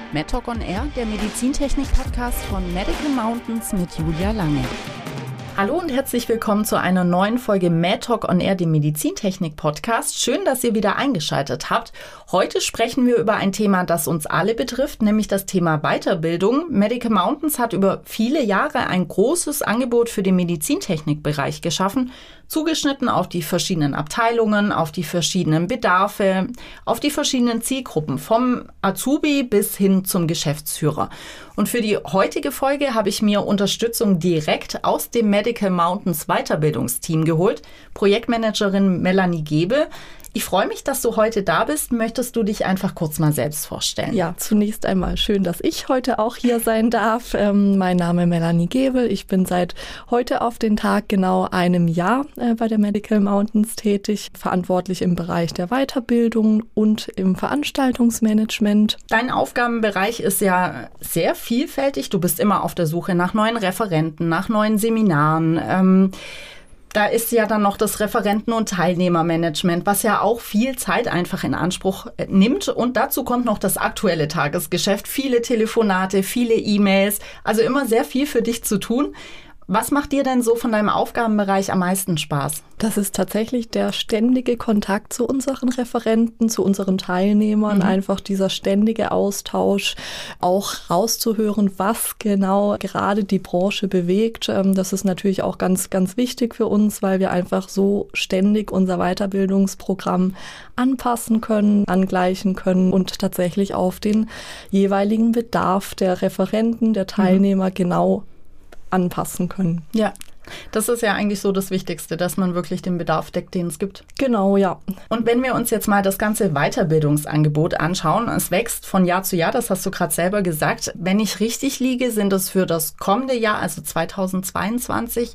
MedTalk on Air, der Medizintechnik-Podcast von Medical Mountains mit Julia Lange. Hallo und herzlich willkommen zu einer neuen Folge MedTalk on Air, dem Medizintechnik-Podcast. Schön, dass ihr wieder eingeschaltet habt. Heute sprechen wir über ein Thema, das uns alle betrifft, nämlich das Thema Weiterbildung. Medical Mountains hat über viele Jahre ein großes Angebot für den Medizintechnikbereich geschaffen, zugeschnitten auf die verschiedenen Abteilungen, auf die verschiedenen Bedarfe, auf die verschiedenen Zielgruppen, vom Azubi bis hin zum Geschäftsführer. Und für die heutige Folge habe ich mir Unterstützung direkt aus dem Medical Mountains Weiterbildungsteam geholt. Projektmanagerin Melanie Gebel. Ich freue mich, dass du heute da bist. Möchtest du dich einfach kurz mal selbst vorstellen? Ja, zunächst einmal schön, dass ich heute auch hier sein darf. Mein Name ist Melanie Gebel. Ich bin seit heute auf den Tag genau einem Jahr bei der Medical Mountains tätig, verantwortlich im Bereich der Weiterbildung und im Veranstaltungsmanagement. Dein Aufgabenbereich ist ja sehr vielfältig. Du bist immer auf der Suche nach neuen Referenten, nach neuen Seminaren. Da ist ja dann noch das Referenten- und Teilnehmermanagement, was ja auch viel Zeit einfach in Anspruch nimmt. Und dazu kommt noch das aktuelle Tagesgeschäft. Viele Telefonate, viele E-Mails, also immer sehr viel für dich zu tun. Was macht dir denn so von deinem Aufgabenbereich am meisten Spaß? Das ist tatsächlich der ständige Kontakt zu unseren Referenten, zu unseren Teilnehmern, einfach dieser ständige Austausch, auch rauszuhören, was genau gerade die Branche bewegt. Das ist natürlich auch ganz, ganz wichtig für uns, weil wir einfach so ständig unser Weiterbildungsprogramm anpassen können, angleichen können und tatsächlich auf den jeweiligen Bedarf der Referenten, der Teilnehmer genau anpassen können. Ja, das ist ja eigentlich so das Wichtigste, dass man wirklich den Bedarf deckt, den es gibt. Genau, ja. Und wenn wir uns jetzt mal das ganze Weiterbildungsangebot anschauen, es wächst von Jahr zu Jahr, das hast du gerade selber gesagt. Wenn ich richtig liege, sind es für das kommende Jahr, also 2022,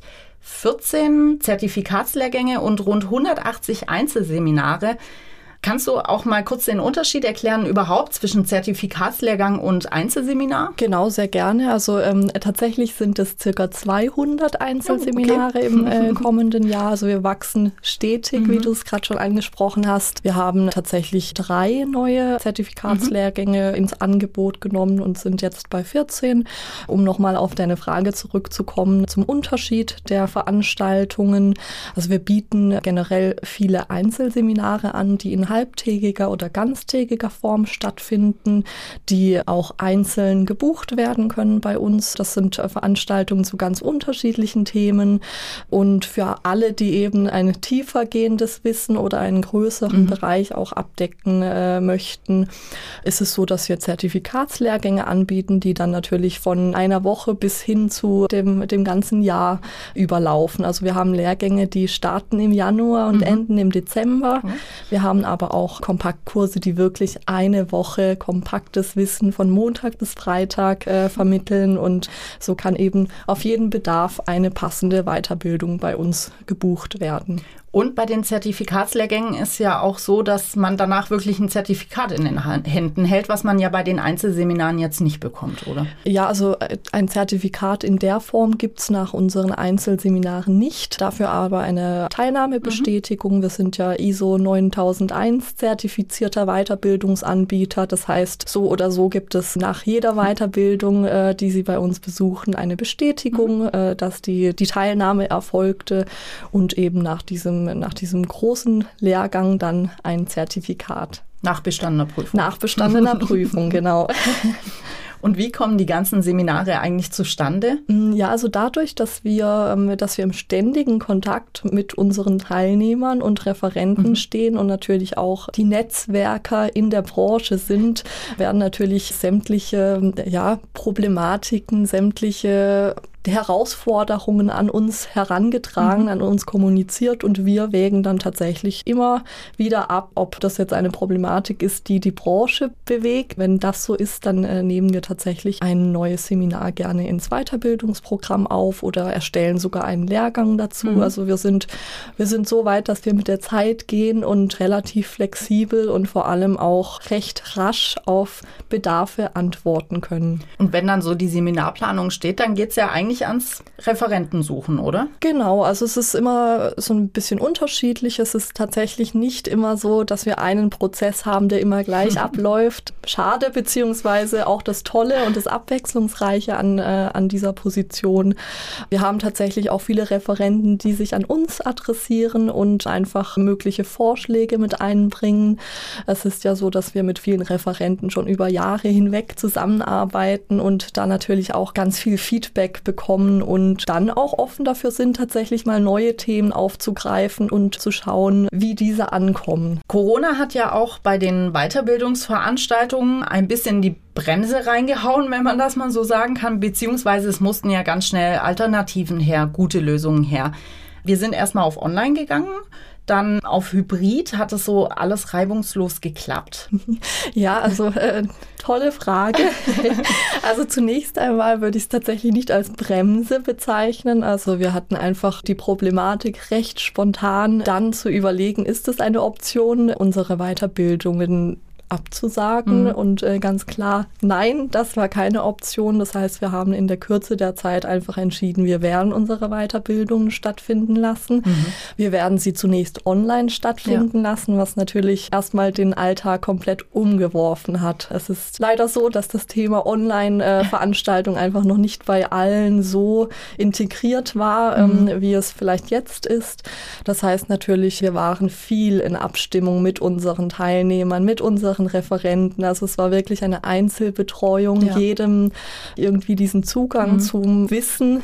14 Zertifikatslehrgänge und rund 180 Einzelseminare. Kannst du auch mal kurz den Unterschied erklären überhaupt zwischen Zertifikatslehrgang und Einzelseminar? Genau, sehr gerne. Also tatsächlich sind es circa 200 Einzelseminare im kommenden Jahr. Also wir wachsen stetig, wie du es gerade schon angesprochen hast. Wir haben tatsächlich 3 neue Zertifikatslehrgänge ins Angebot genommen und sind jetzt bei 14. Um nochmal auf deine Frage zurückzukommen, zum Unterschied der Veranstaltungen. Also wir bieten generell viele Einzelseminare an, die in halbtägiger oder ganztägiger Form stattfinden, die auch einzeln gebucht werden können bei uns. Das sind Veranstaltungen zu ganz unterschiedlichen Themen und für alle, die eben ein tiefergehendes Wissen oder einen größeren Bereich auch abdecken möchten, ist es so, dass wir Zertifikatslehrgänge anbieten, die dann natürlich von einer Woche bis hin zu dem ganzen Jahr überlaufen. Also wir haben Lehrgänge, die starten im Januar und enden im Dezember. Wir haben aber auch Kompaktkurse, die wirklich eine Woche kompaktes Wissen von Montag bis Freitag vermitteln und so kann eben auf jeden Bedarf eine passende Weiterbildung bei uns gebucht werden. Und bei den Zertifikatslehrgängen ist ja auch so, dass man danach wirklich ein Zertifikat in den Händen hält, was man ja bei den Einzelseminaren jetzt nicht bekommt, oder? Ja, also ein Zertifikat in der Form gibt es nach unseren Einzelseminaren nicht. Dafür aber eine Teilnahmebestätigung. Wir sind ja ISO 9001 zertifizierter Weiterbildungsanbieter. Das heißt, so oder so gibt es nach jeder Weiterbildung, die Sie bei uns besuchen, eine Bestätigung, dass die Teilnahme erfolgte und eben nach diesem großen Lehrgang dann ein Zertifikat. Nach bestandener Prüfung. Nach bestandener Prüfung, genau. Und wie kommen die ganzen Seminare eigentlich zustande? Ja, also dadurch, dass wir im ständigen Kontakt mit unseren Teilnehmern und Referenten stehen und natürlich auch die Netzwerker in der Branche sind, werden natürlich sämtliche Problematiken, sämtliche Herausforderungen an uns herangetragen, an uns kommuniziert und wir wägen dann tatsächlich immer wieder ab, ob das jetzt eine Problematik ist, die Branche bewegt. Wenn das so ist, dann nehmen wir tatsächlich ein neues Seminar gerne ins Weiterbildungsprogramm auf oder erstellen sogar einen Lehrgang dazu. Also wir sind so weit, dass wir mit der Zeit gehen und relativ flexibel und vor allem auch recht rasch auf Bedarfe antworten können. Und wenn dann so die Seminarplanung steht, dann geht es ja eigentlich eigentlich ans Referentensuchen, oder? Genau, also es ist immer so ein bisschen unterschiedlich. Es ist tatsächlich nicht immer so, dass wir einen Prozess haben, der immer gleich abläuft. Schade, beziehungsweise auch das Tolle und das Abwechslungsreiche an dieser Position. Wir haben tatsächlich auch viele Referenten, die sich an uns adressieren und einfach mögliche Vorschläge mit einbringen. Es ist ja so, dass wir mit vielen Referenten schon über Jahre hinweg zusammenarbeiten und da natürlich auch ganz viel Feedback bekommen und dann auch offen dafür sind, tatsächlich mal neue Themen aufzugreifen und zu schauen, wie diese ankommen. Corona hat ja auch bei den Weiterbildungsveranstaltungen ein bisschen die Bremse reingehauen, wenn man das mal so sagen kann, beziehungsweise es mussten ja ganz schnell Alternativen her, gute Lösungen her. Wir sind erstmal auf Online gegangen. Dann auf Hybrid hat es so alles reibungslos geklappt? Ja, also tolle Frage. Also zunächst einmal würde ich es tatsächlich nicht als Bremse bezeichnen. Also wir hatten einfach die Problematik recht spontan dann zu überlegen, ist es eine Option, unsere Weiterbildungen abzusagen und ganz klar, nein, das war keine Option. Das heißt, wir haben in der Kürze der Zeit einfach entschieden, wir werden unsere Weiterbildungen stattfinden lassen. Wir werden sie zunächst online stattfinden lassen, was natürlich erstmal den Alltag komplett umgeworfen hat. Es ist leider so, dass das Thema Online-Veranstaltung einfach noch nicht bei allen so integriert war, wie es vielleicht jetzt ist. Das heißt natürlich, wir waren viel in Abstimmung mit unseren Teilnehmern, mit unseren Referenten. Also es war wirklich eine Einzelbetreuung, jedem irgendwie diesen Zugang zum Wissen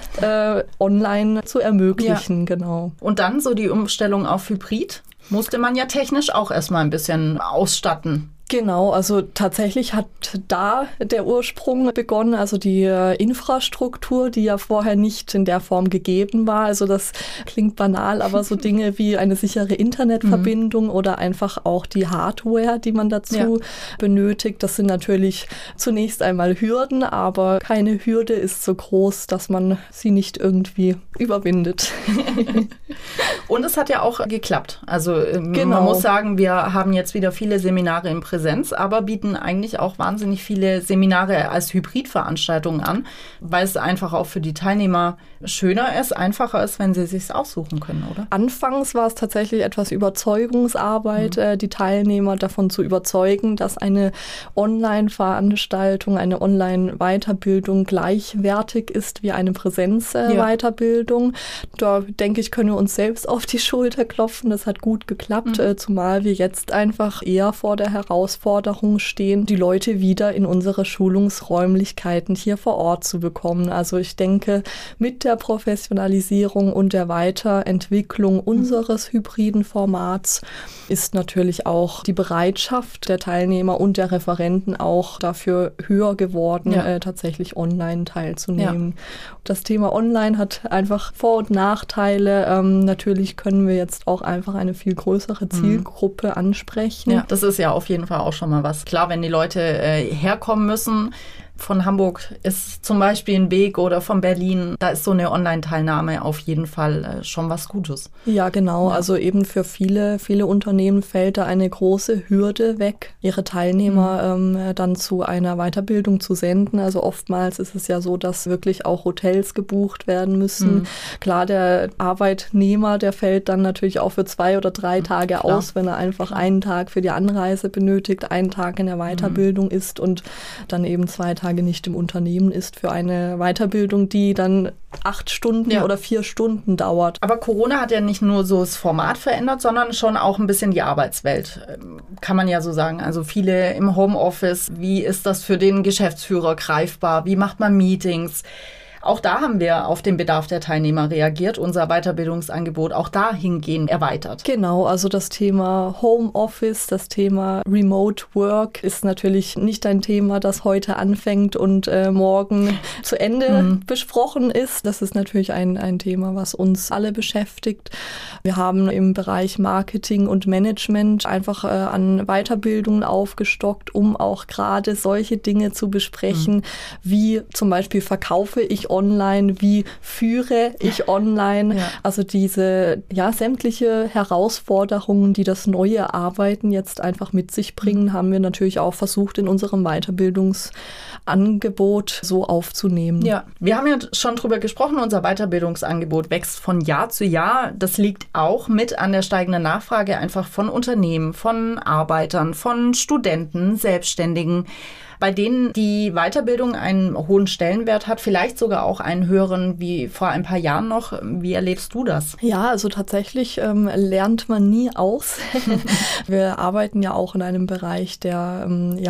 online zu ermöglichen. Genau. Und dann so die Umstellung auf Hybrid musste man ja technisch auch erstmal ein bisschen ausstatten. Genau, also tatsächlich hat da der Ursprung begonnen, also die Infrastruktur, die ja vorher nicht in der Form gegeben war. Also das klingt banal, aber so Dinge wie eine sichere Internetverbindung oder einfach auch die Hardware, die man dazu benötigt, das sind natürlich zunächst einmal Hürden, aber keine Hürde ist so groß, dass man sie nicht irgendwie überwindet. Und es hat ja auch geklappt. Also man muss sagen, wir haben jetzt wieder viele Seminare im Präsenz, aber bieten eigentlich auch wahnsinnig viele Seminare als Hybridveranstaltungen an, weil es einfach auch für die Teilnehmer schöner ist, einfacher ist, wenn sie es sich aussuchen können, oder? Anfangs war es tatsächlich etwas Überzeugungsarbeit, die Teilnehmer davon zu überzeugen, dass eine Online-Veranstaltung, eine Online-Weiterbildung gleichwertig ist wie eine Präsenz-Weiterbildung. Da denke ich, können wir uns selbst auf die Schulter klopfen. Das hat gut geklappt, zumal wir jetzt einfach eher vor der Herausforderung stehen, die Leute wieder in unsere Schulungsräumlichkeiten hier vor Ort zu bekommen. Also ich denke, mit der Professionalisierung und der Weiterentwicklung unseres hybriden Formats ist natürlich auch die Bereitschaft der Teilnehmer und der Referenten auch dafür höher geworden, tatsächlich online teilzunehmen. Ja. Das Thema Online hat einfach Vor- und Nachteile. Natürlich können wir jetzt auch einfach eine viel größere Zielgruppe ansprechen. Ja, das ist ja auf jeden Fall auch schon mal was. Klar, wenn die Leute herkommen müssen, von Hamburg ist zum Beispiel ein Weg oder von Berlin, da ist so eine Online-Teilnahme auf jeden Fall schon was Gutes. Ja, genau. Ja. Also eben für viele Unternehmen fällt da eine große Hürde weg, ihre Teilnehmer dann zu einer Weiterbildung zu senden. Also oftmals ist es ja so, dass wirklich auch Hotels gebucht werden müssen. Klar, der Arbeitnehmer, der fällt dann natürlich auch für 2 oder 3 Tage aus, wenn er einfach einen Tag für die Anreise benötigt, einen Tag in der Weiterbildung ist und dann eben 2 Tage nicht im Unternehmen ist für eine Weiterbildung, die dann 8 Stunden oder 4 Stunden dauert. Aber Corona hat ja nicht nur so das Format verändert, sondern schon auch ein bisschen die Arbeitswelt, kann man ja so sagen. Also viele im Homeoffice, wie ist das für den Geschäftsführer greifbar? Wie macht man Meetings? Auch da haben wir auf den Bedarf der Teilnehmer reagiert, unser Weiterbildungsangebot auch dahingehend erweitert. Genau, also das Thema Homeoffice, das Thema Remote Work ist natürlich nicht ein Thema, das heute anfängt und morgen zu Ende besprochen ist. Das ist natürlich ein Thema, was uns alle beschäftigt. Wir haben im Bereich Marketing und Management einfach an Weiterbildungen aufgestockt, um auch gerade solche Dinge zu besprechen, wie zum Beispiel verkaufe ich ich online, wie führe ich online. Ja. Also diese sämtliche Herausforderungen, die das neue Arbeiten jetzt einfach mit sich bringen, haben wir natürlich auch versucht, in unserem Weiterbildungsangebot so aufzunehmen. Ja, wir haben ja schon drüber gesprochen, unser Weiterbildungsangebot wächst von Jahr zu Jahr. Das liegt auch mit an der steigenden Nachfrage einfach von Unternehmen, von Arbeitern, von Studenten, Selbstständigen, bei denen die Weiterbildung einen hohen Stellenwert hat, vielleicht sogar auch einen höheren wie vor ein paar Jahren noch. Wie erlebst du das? Ja, also tatsächlich lernt man nie aus. Wir arbeiten ja auch in einem Bereich, der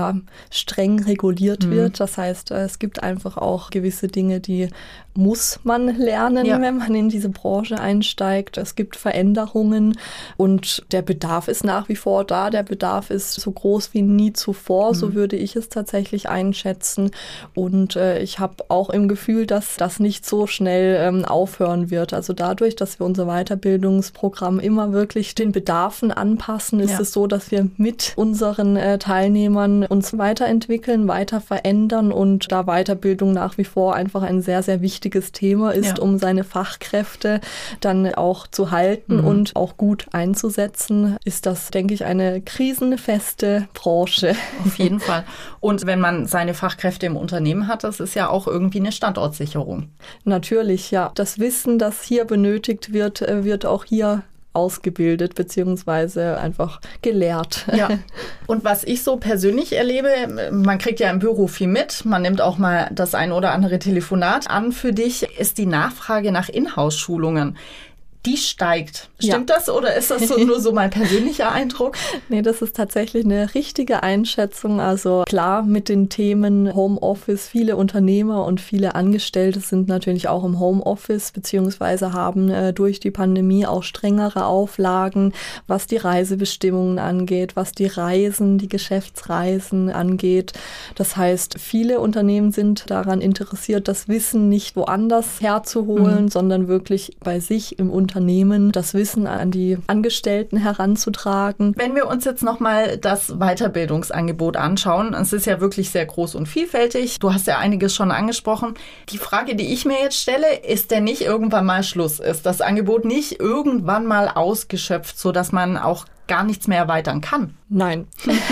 streng reguliert wird. Das heißt, es gibt einfach auch gewisse Dinge, die muss man lernen, wenn man in diese Branche einsteigt. Es gibt Veränderungen und der Bedarf ist nach wie vor da. Der Bedarf ist so groß wie nie zuvor, so würde ich es tatsächlich einschätzen. Und ich habe auch im Gefühl, dass das nicht so schnell aufhören wird. Also dadurch, dass wir unser Weiterbildungsprogramm immer wirklich den Bedarfen anpassen, ist es so, dass wir mit unseren Teilnehmern uns weiterentwickeln, weiter verändern und da Weiterbildung nach wie vor einfach ein sehr, sehr wichtiges Thema ist, um seine Fachkräfte dann auch zu halten und auch gut einzusetzen, ist das, denke ich, eine krisenfeste Branche. Auf jeden Fall. Und wenn man seine Fachkräfte im Unternehmen hat, das ist ja auch irgendwie eine Standortsicherung. Natürlich, ja. Das Wissen, das hier benötigt wird, wird auch hier ausgebildet beziehungsweise einfach gelehrt. Ja. Und was ich so persönlich erlebe, man kriegt ja im Büro viel mit, man nimmt auch mal das ein oder andere Telefonat an. Für dich ist die Nachfrage nach Inhouse-Schulungen. Die steigt. Stimmt das oder ist das nur so mein persönlicher Eindruck? Nee, das ist tatsächlich eine richtige Einschätzung. Also klar, mit den Themen Homeoffice, viele Unternehmer und viele Angestellte sind natürlich auch im Homeoffice beziehungsweise haben durch die Pandemie auch strengere Auflagen, was die Reisebestimmungen angeht, was die Reisen, die Geschäftsreisen angeht. Das heißt, viele Unternehmen sind daran interessiert, das Wissen nicht woanders herzuholen, sondern wirklich bei sich im Unternehmen das Wissen an die Angestellten heranzutragen. Wenn wir uns jetzt nochmal das Weiterbildungsangebot anschauen, es ist ja wirklich sehr groß und vielfältig. Du hast ja einiges schon angesprochen. Die Frage, die ich mir jetzt stelle, ist denn nicht irgendwann mal Schluss? Ist das Angebot nicht irgendwann mal ausgeschöpft, sodass man auch gar nichts mehr erweitern kann? Nein.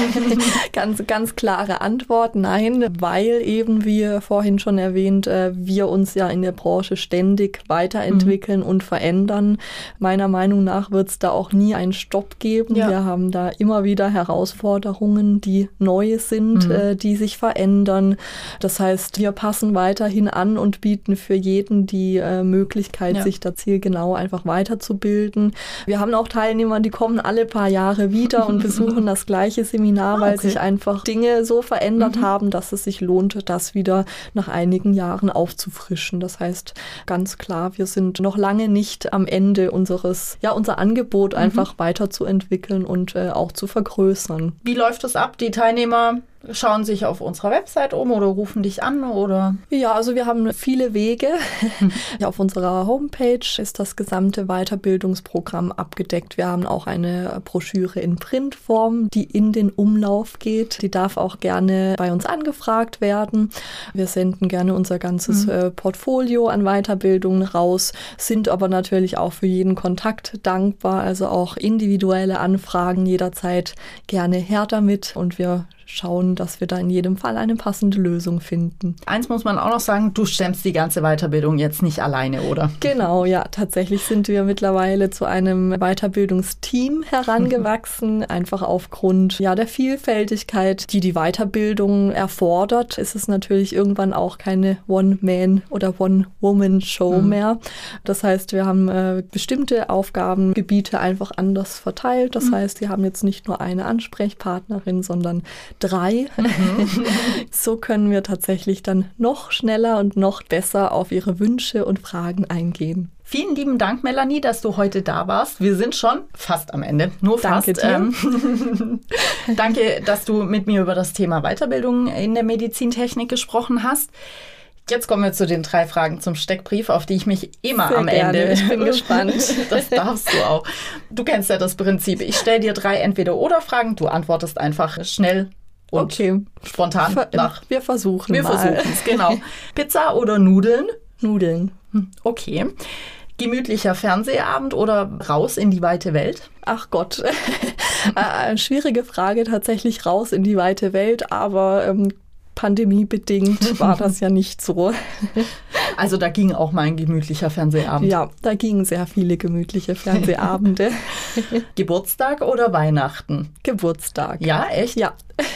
Ganz klare Antwort, nein, weil eben, wie vorhin schon erwähnt, wir uns ja in der Branche ständig weiterentwickeln und verändern. Meiner Meinung nach wird es da auch nie einen Stopp geben. Ja. Wir haben da immer wieder Herausforderungen, die neu sind, die sich verändern. Das heißt, wir passen weiterhin an und bieten für jeden die Möglichkeit, sich da zielgenau einfach weiterzubilden. Wir haben auch Teilnehmer, die kommen alle paar Jahre wieder und besuchen das gleiche Seminar, weil sich einfach Dinge so verändert haben, dass es sich lohnt, das wieder nach einigen Jahren aufzufrischen. Das heißt, ganz klar, wir sind noch lange nicht am Ende unser Angebot einfach weiterzuentwickeln und auch zu vergrößern. Wie läuft das ab? Die Teilnehmer schauen sich auf unserer Website um oder rufen dich an, oder? Ja, also wir haben viele Wege. Auf unserer Homepage ist das gesamte Weiterbildungsprogramm abgedeckt. Wir haben auch eine Broschüre in Printform, die in den Umlauf geht. Die darf auch gerne bei uns angefragt werden. Wir senden gerne unser ganzes Portfolio an Weiterbildungen raus, sind aber natürlich auch für jeden Kontakt dankbar. Also auch individuelle Anfragen jederzeit gerne her damit und wir schauen, dass wir da in jedem Fall eine passende Lösung finden. Eins muss man auch noch sagen, du stemmst die ganze Weiterbildung jetzt nicht alleine, oder? Genau, ja. Tatsächlich sind wir mittlerweile zu einem Weiterbildungsteam herangewachsen. Einfach aufgrund der Vielfältigkeit, die Weiterbildung erfordert, ist es natürlich irgendwann auch keine One-Man- oder One-Woman-Show mehr. Das heißt, wir haben bestimmte Aufgabengebiete einfach anders verteilt. Das heißt, wir haben jetzt nicht nur eine Ansprechpartnerin, sondern 3. So können wir tatsächlich dann noch schneller und noch besser auf Ihre Wünsche und Fragen eingehen. Vielen lieben Dank, Melanie, dass du heute da warst. Wir sind schon fast am Ende, nur fast. Danke dir. Danke, dass du mit mir über das Thema Weiterbildung in der Medizintechnik gesprochen hast. Jetzt kommen wir zu den 3 Fragen zum Steckbrief, auf die ich mich immer Sehr am gerne. Ende... Ich bin gespannt. Das darfst du auch. Du kennst ja das Prinzip. Ich stelle dir 3 Entweder-oder-Fragen, du antwortest einfach schnell und spontan nach. Wir versuchen es, genau. Pizza oder Nudeln? Nudeln. Okay. Gemütlicher Fernsehabend oder raus in die weite Welt? Ach Gott, schwierige Frage, tatsächlich raus in die weite Welt, aber pandemiebedingt war das ja nicht so. Also da ging auch mal ein gemütlicher Fernsehabend? Ja, da gingen sehr viele gemütliche Fernsehabende. Geburtstag oder Weihnachten? Geburtstag. Ja, echt? Ja,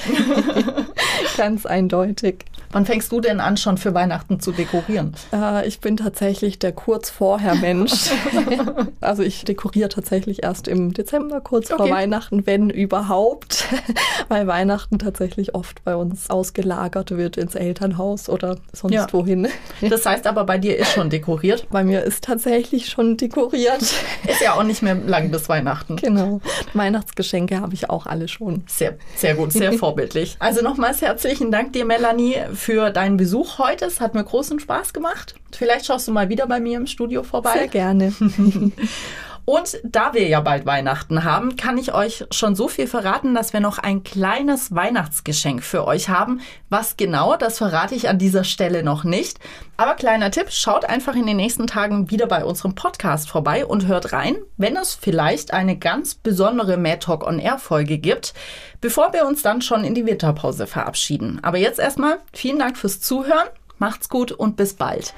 ganz eindeutig. Wann fängst du denn an, schon für Weihnachten zu dekorieren? Ich bin tatsächlich der Kurz-Vorher-Mensch. Also ich dekoriere tatsächlich erst im Dezember, kurz vor Weihnachten, wenn überhaupt. Weil Weihnachten tatsächlich oft bei uns ausgelagert wird ins Elternhaus oder sonst wohin. Das heißt aber, bei dir ist schon dekoriert? Bei mir ist tatsächlich schon dekoriert. Ist ja auch nicht mehr lang bis Weihnachten. Genau. Weihnachtsgeschenke habe ich auch alle schon. Sehr, sehr gut, sehr vorbildlich. Also nochmals herzlichen Dank dir, Melanie, für deinen Besuch heute. Es hat mir großen Spaß gemacht. Vielleicht schaust du mal wieder bei mir im Studio vorbei. Sehr gerne. Und da wir ja bald Weihnachten haben, kann ich euch schon so viel verraten, dass wir noch ein kleines Weihnachtsgeschenk für euch haben. Was genau, das verrate ich an dieser Stelle noch nicht. Aber kleiner Tipp, schaut einfach in den nächsten Tagen wieder bei unserem Podcast vorbei und hört rein, wenn es vielleicht eine ganz besondere Mad Talk on Air Folge gibt, bevor wir uns dann schon in die Winterpause verabschieden. Aber jetzt erstmal vielen Dank fürs Zuhören, macht's gut und bis bald.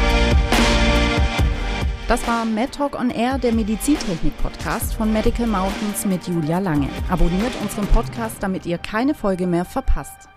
Das war Mad Talk on Air, der Medizintechnik-Podcast von Medical Mountains mit Julia Lange. Abonniert unseren Podcast, damit ihr keine Folge mehr verpasst.